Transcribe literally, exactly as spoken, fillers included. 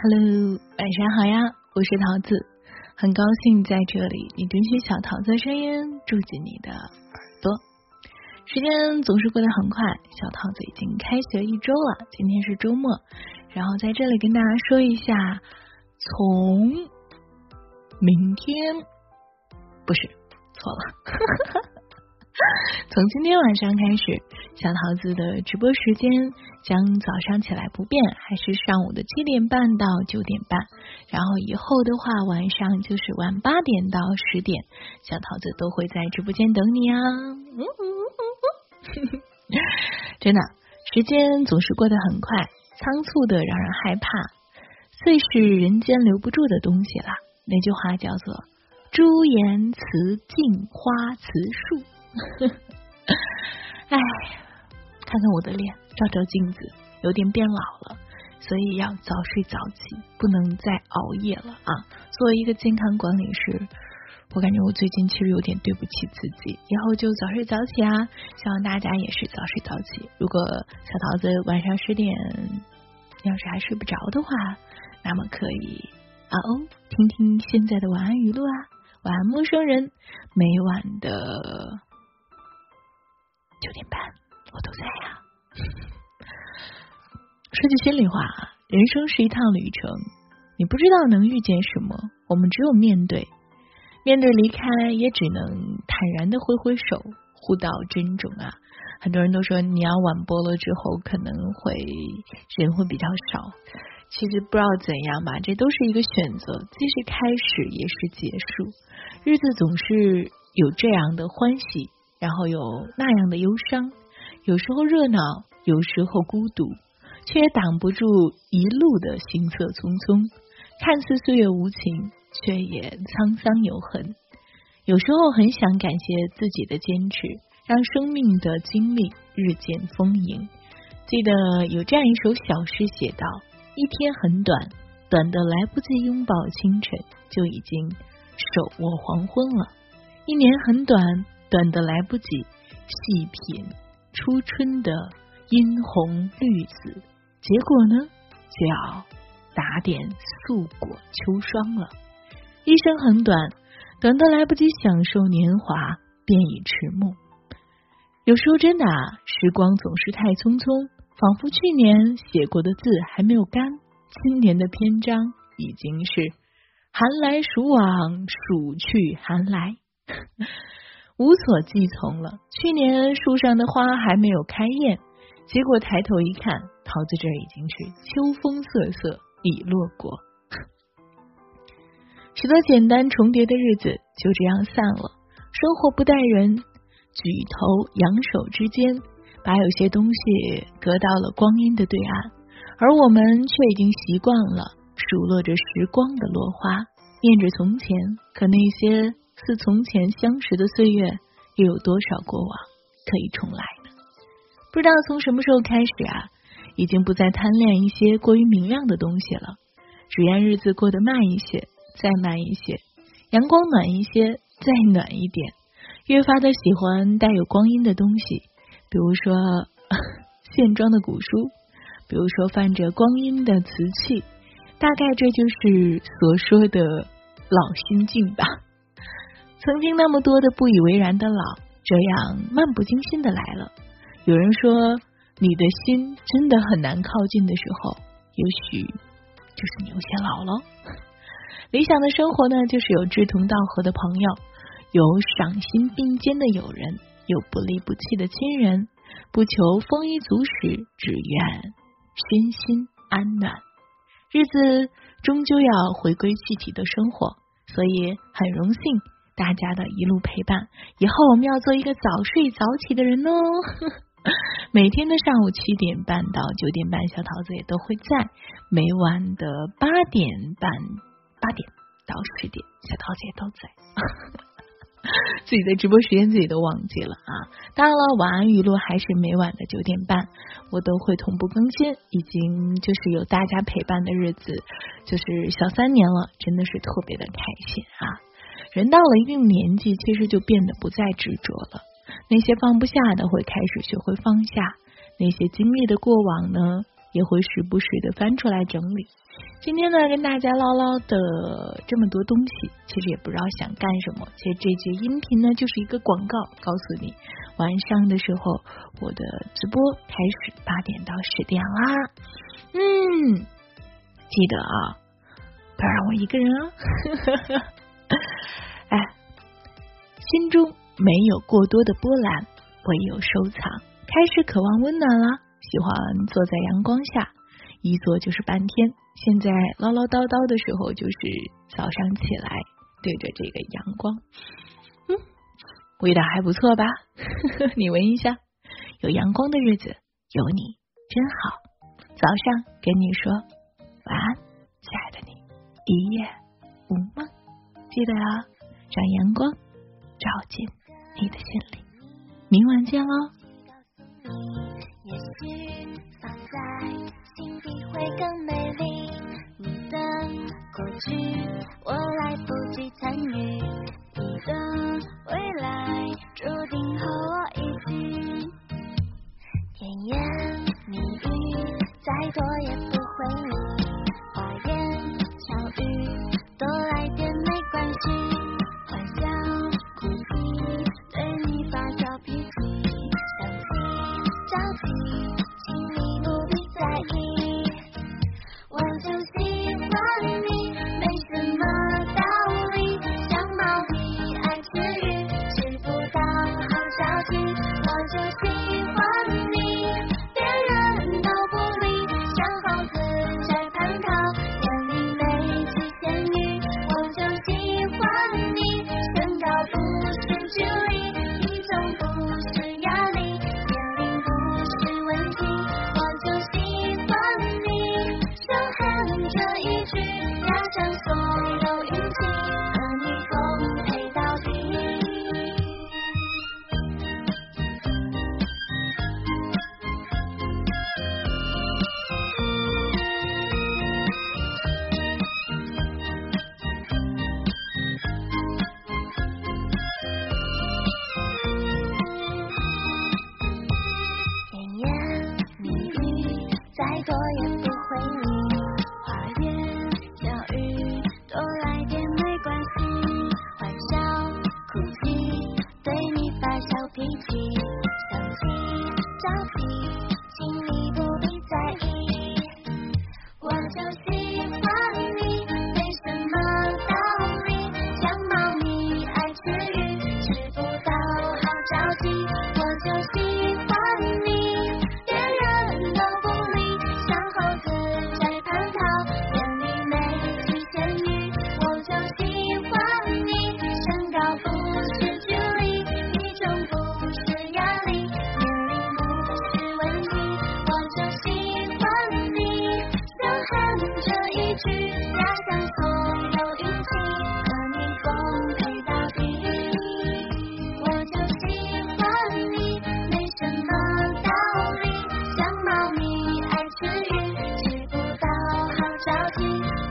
Hello， 晚上好呀，我是桃子，很高兴在这里你允许小桃子的声音住进你的耳朵。时间总是过得很快，小桃子已经开学一周了，今天是周末，然后在这里跟大家说一下，从明天不是错了从今天晚上开始，小桃子的直播时间将早上起来不变，还是上午的七点半到九点半，然后以后的话晚上就是晚八点到十点，小桃子都会在直播间等你啊。嗯嗯嗯真的，时间总是过得很快，仓促的让人害怕，碎是人间留不住的东西啦。那句话叫做朱颜辞镜花辞树。哎，看看我的脸，照照镜子，有点变老了，所以要早睡早起，不能再熬夜了啊！作为一个健康管理师，我感觉我最近其实有点对不起自己，以后就早睡早起啊！希望大家也是早睡早起。如果小桃子晚上十点要是还睡不着的话，那么可以啊哦，听听现在的晚安语录啊，晚安陌生人，每晚的九点半我都在呀。说句心里话，人生是一趟旅程，你不知道能遇见什么，我们只有面对，面对离开也只能坦然的挥挥手，互道珍重啊。很多人都说你要晚播了之后可能会人会比较少，其实不知道怎样吧，这都是一个选择，既是开始也是结束，日子总是有这样的欢喜，然后有那样的忧伤，有时候热闹，有时候孤独，却也挡不住一路的行色匆匆，看似岁月无情，却也沧桑有痕。有时候很想感谢自己的坚持，让生命的经历日渐丰盈。记得有这样一首小诗写道，一天很短，短的来不及拥抱清晨，就已经手握黄昏了。一年很短，短的来不及细品初春的殷红绿紫，结果呢就要打点素果秋霜了。一生很短，短的来不及享受年华，便已迟暮。有时候真的啊，时光总是太匆匆，仿佛去年写过的字还没有干，今年的篇章已经是寒来暑往，暑去寒来无所寄从了。去年树上的花还没有开艳，结果抬头一看，桃子这已经是秋风瑟瑟已落果。许多简单重叠的日子就这样散了，生活不待人，举头扬手之间，把有些东西隔到了光阴的对岸，而我们却已经习惯了数落着时光的落花，念着从前，可那些似从前相识的岁月，又有多少过往可以重来呢？不知道从什么时候开始啊，已经不再贪恋一些过于明亮的东西了，只愿日子过得慢一些，再慢一些，阳光暖一些，再暖一点，越发的喜欢带有光阴的东西，比如说线装的古书，比如说泛着光阴的瓷器，大概这就是所说的老心境吧。曾经那么多的不以为然的老，这样漫不经心的来了。有人说你的心真的很难靠近的时候，也许就是你有些老了。理想的生活呢，就是有志同道合的朋友，有赏心并肩的友人，有不离不弃的亲人，不求丰衣足食，只愿身心安暖。日子终究要回归具体的生活，所以很荣幸大家的一路陪伴，以后我们要做一个早睡早起的人哦。每天的上午七点半到九点半，小桃子也都会在，每晚的八点半八点到十点，小桃子也都在。自己的直播时间自己都忘记了啊！当然了，晚安语录还是每晚的九点半，我都会同步更新。已经就是有大家陪伴的日子，就是小三年了，真的是特别的开心啊！人到了一定年纪，其实就变得不再执着了。那些放不下的会开始学会放下，那些经历的过往呢，也会时不时的翻出来整理。 今天呢，跟大家唠唠的这么多东西，其实也不知道想干什么。其实这节音频呢，就是一个广告，告诉你晚上的时候我的直播开始八点到十点啦。嗯，记得啊，不要让我一个人啊。哎，心中没有过多的波澜，唯有收藏。开始渴望温暖了，喜欢坐在阳光下，一坐就是半天。现在唠唠叨叨的时候，就是早上起来对着这个阳光，嗯，味道还不错吧？你闻一下，有阳光的日子有你真好。早上跟你说晚安，亲爱的你，一夜无梦。记得啊，让阳光照进你的心里。明晚见喽。 也许放在心底会更美丽，你的过去我来不及参与，你的未来注定和我一起，甜言蜜语再多也不会腻，花言巧语多来点没关系，欢笑哭泣对你发小脾气，想起着急，请你不必在意，我就喜欢你，没什么道理，像猫咪爱吃鱼，吃不到好消息，我就喜欢你，别人都不理，像猴子在蟠桃，眼里没局限于，我就喜欢你，身高不是距离，体重不是压力，年龄不是问题，我就喜欢你，就喊这一句，压上所有运气，和你奉陪到底。甜言蜜语再多也不会腻，花言巧语多来点没关系，欢笑哭泣对你发小脾气，想起着急，请你不必在意，我就喜欢你，没什么道理，像猫咪爱吃鱼，吃不到好着急，我就喜欢你，别人都不理，像猴子在蟠桃，眼里没局限于，我就喜欢你，身高不是距离，体重不是压力，年龄不是问题，我就喜欢你，就喊这一句，压上所有运气，和你奉陪到底，我就喜欢你，没什么道理，像猫咪爱吃鱼，吃不到好着急。